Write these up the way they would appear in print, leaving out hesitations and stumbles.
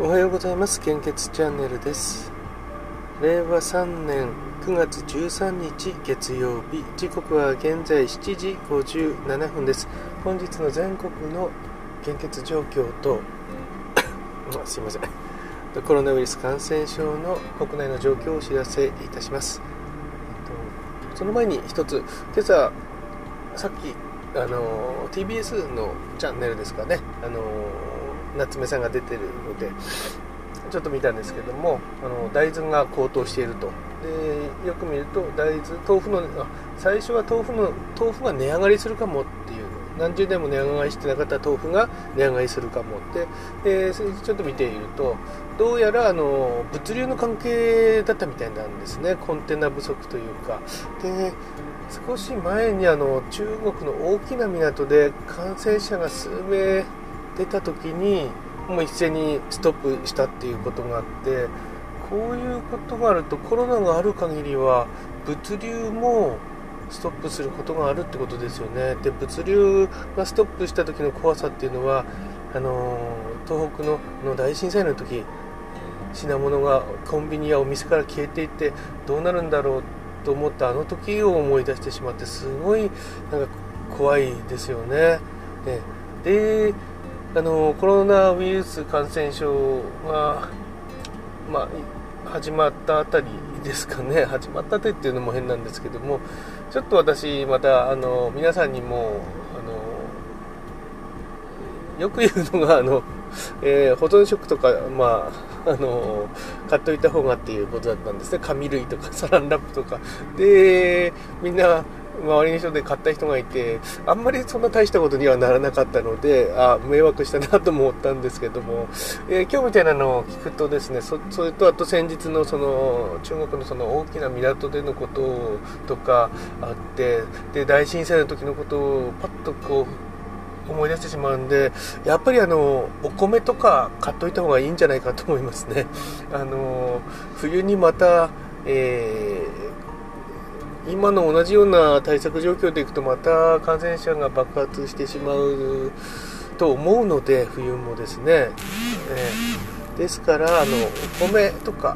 おはようございます。献血チャンネルです。令和3年9月13日月曜日、時刻は現在7時57分です。本日の全国の献血状況とすいません、コロナウイルス感染症の国内の状況をお知らせいたします。その前に一つ、今朝さっきTBS のチャンネルですかね、夏目さんが出てるのでちょっと見たんですけども、大豆が高騰していると。でよく見ると豆腐の最初は豆腐が値上がりするかもっていう、何十年も値上がりしてなかった豆腐が値上がりするかもってそれちょっと見ていると、どうやら物流の関係だったみたいなんですね。コンテナ不足というかで、少し前に中国の大きな港で感染者が数名出た時にもう一斉にストップしたっていうことがあって、こういうことがあるとコロナがある限りは物流もストップすることがあるってことですよね。で物流がストップした時の怖さっていうのは東北の大震災の時、品物がコンビニやお店から消えていってどうなるんだろうと思った時を思い出してしまって、すごいなんか怖いですよね。でコロナウイルス感染症が、始まったあたりですかね。始まったあたりっていうのも変なんですけども、ちょっと私また皆さんにもよく言うのが保存食とか買っといた方がっていうことだったんですね。紙類とかサランラップとかで、みんな周りの人で買った人がいて、あんまりそんな大したことにはならなかったので、迷惑したなと思ったんですけども、今日みたいなのを聞くとですね、それとあと先日の中国のその大きな港でのこととかあって、で大震災の時のことをパッとこう思い出してしまうんで、やっぱりお米とか買っといた方がいいんじゃないかと思いますね。冬にまた、今の同じような対策状況でいくとまた感染者が爆発してしまうと思うので、冬もですね、ですからお米とか、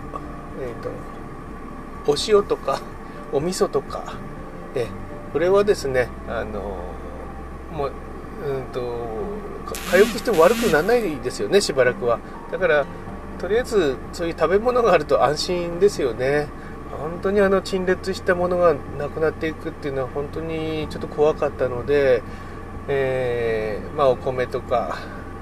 お塩とかお味噌とか、これはですねもう回復しても悪くならないですよね、しばらくは。だからとりあえずそういう食べ物があると安心ですよね。本当に陳列したものがなくなっていくっていうのは本当にちょっと怖かったので、お米とか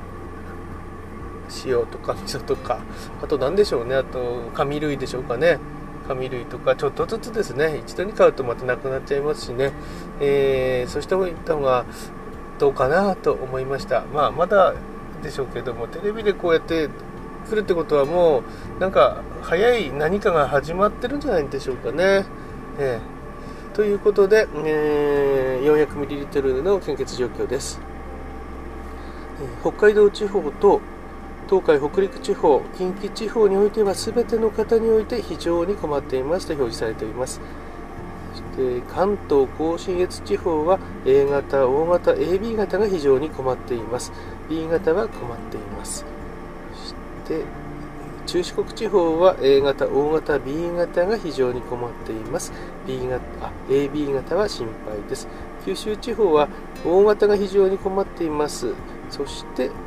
塩とか味噌とか、あと何でしょうね、あと紙類でしょうかね。紙類とかちょっとずつですね、一度に買うとまたなくなっちゃいますしね、そうしておいた方がどうかなと思いました。まだでしょうけども、テレビでこうやって来るってことはもうなんか早い何かが始まってるんじゃないでしょうかね。ということで、400ml の献血状況です。北海道地方と東海北陸地方、近畿地方においては全ての方において非常に困っていますと表示されております。そして関東甲信越地方は A 型、O 型、AB 型が非常に困っています。B 型は困っています。そして中四国地方は A 型、O 型、B 型が非常に困っています。AB 型は心配です。九州地方は O 型が非常に困っています。そして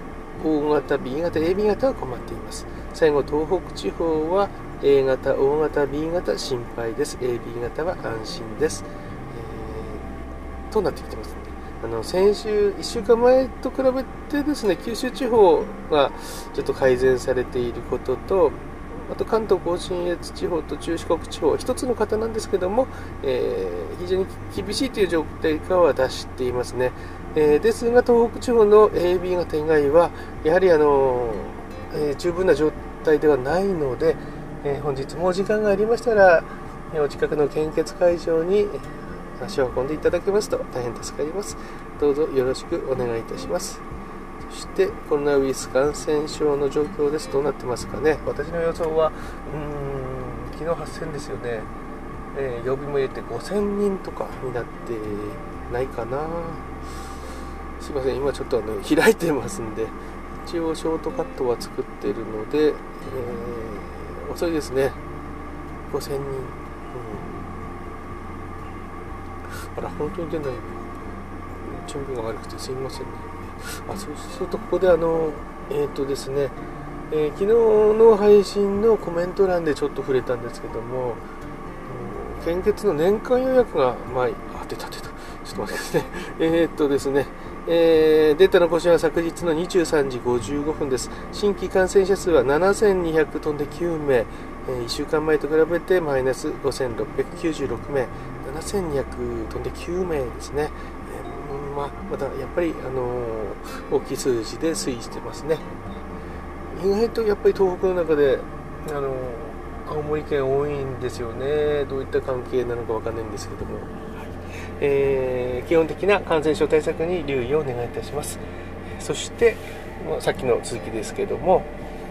O 型、B 型、AB 型は困っています。最後、東北地方は A 型、O 型、B 型心配です。AB 型は安心です。となってきてますので、先週1週間前と比べてですね、九州地方がちょっと改善されていることと、あと関東甲信越地方と中四国地方、一つの方なんですけども、非常に厳しいという状態下は出していますね。ですが東北地方の AB 型以外はやはり十分な状態ではないので、本日もお時間がありましたらお近くの献血会場に足を運んでいただけますと大変助かります。どうぞよろしくお願いいたします。そしてコロナウイルス感染症の状況です。どうなってますかね。私の予想は昨日8000ですよね。曜日も入れて5000人とかになってないかな。すいません、今ちょっと開いてますんで一応ショートカットは作っているので、遅いですね。5000人、あら本当に出ない。準備が悪くてすいませんね。そうするとここでですね、昨日の配信のコメント欄でちょっと触れたんですけども、献血の年間予約が出たちょっと待ってください。ですね、データの更新は昨日の23時55分です。新規感染者数は7200飛んで9名、1週間前と比べてマイナス5696名、7200飛んで9名ですね。またやっぱり、大きい数字で推移してますね。意外とやっぱり東北の中で青森県多いんですよね。どういった関係なのかわかんないんですけども、基本的な感染症対策に留意をお願いいたします。そしてさっきの続きですけども、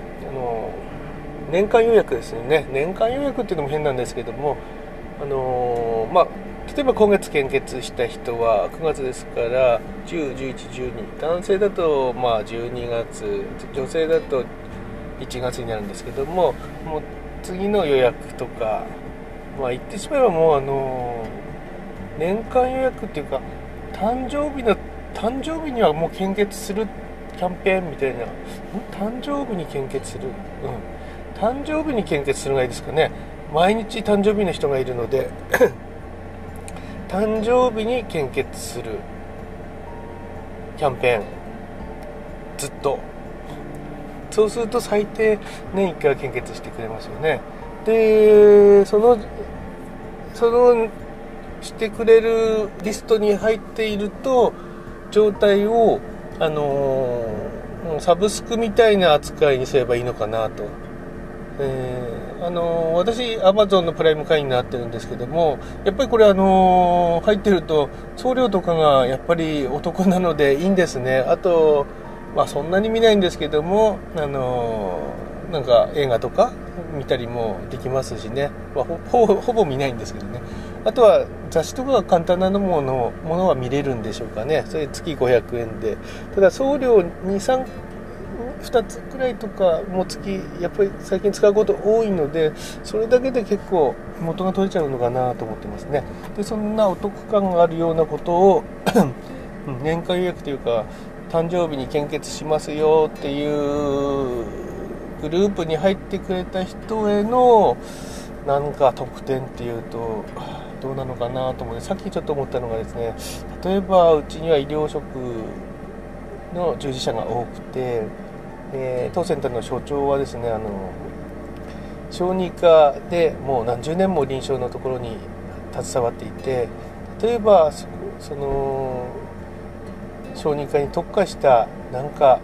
年間予約ですね。年間予約っていうのも変なんですけども、例えば今月献血した人は9月ですから10、11、12、男性だと12月、女性だと1月になるんですけども、もう次の予約とか、言ってしまえばもう年間予約っていうか、誕生日にはもう献血するキャンペーンみたいな、誕生日に献血する、誕生日に献血するがいいですかね。毎日誕生日の人がいるので誕生日に献血するキャンペーン、ずっとそうすると最低年1回は献血してくれますよね。でそのしてくれるリストに入っていると状態を、サブスクみたいな扱いにすればいいのかなと。私 Amazon のプライム会員になってるんですけども、やっぱりこれ入ってると送料とかがやっぱりお得なのでいいんですね。あとそんなに見ないんですけども、なんか映画とか見たりもできますしね、ほぼ見ないんですけどね。あとは雑誌とかが簡単なものは見れるんでしょうかね。それ月500円で、ただ送料2つくらいとかも月やっぱり最近使うこと多いので、それだけで結構元が取れちゃうのかなと思ってますね。でそんなお得感があるようなことを年間予約というか誕生日に献血しますよっていうグループに入ってくれた人へのなんか特典っていうとどうなのかなと思って、さっきちょっと思ったのがですね、例えばうちには医療職の従事者が多くて、当センターの所長はですね、小児科でもう何十年も臨床のところに携わっていて、例えばその小児科に特化したなんか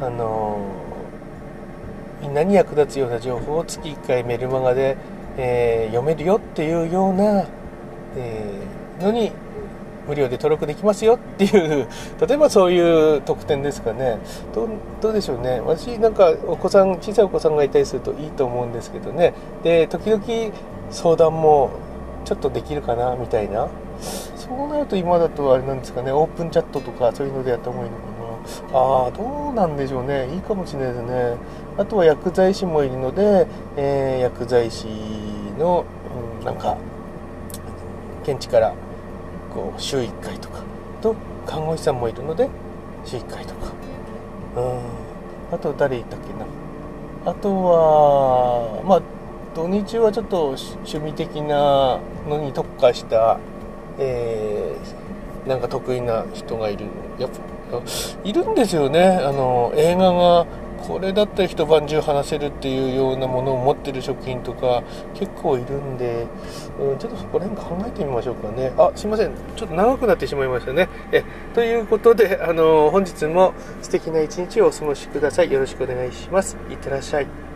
みんなに役立つような情報を月1回メルマガで、読めるよっていうような、のに無料で登録できますよっていう、例えばそういう特典ですかね。どうでしょうね。私なんか小さいお子さんがいたりするといいと思うんですけどね。で時々相談もちょっとできるかなみたいな。そうなると今だとあれなんですかね、オープンチャットとかそういうのでやった方がいいのかな。どうなんでしょうね。いいかもしれないですね。あとは薬剤師もいるので、薬剤師の、なんか現地から週1回とかと、看護師さんもいるので週1回とか、あと誰いたっけな。あとは土日はちょっと趣味的なのに特化した、なんか得意な人がいるんですよね。映画がこれだったら一晩中話せるっていうようなものを持ってる職員とか結構いるんで、ちょっとそこら辺考えてみましょうかね。すいません、ちょっと長くなってしまいましたね。ということで、本日も素敵な一日をお過ごしください。よろしくお願いします。いってらっしゃい。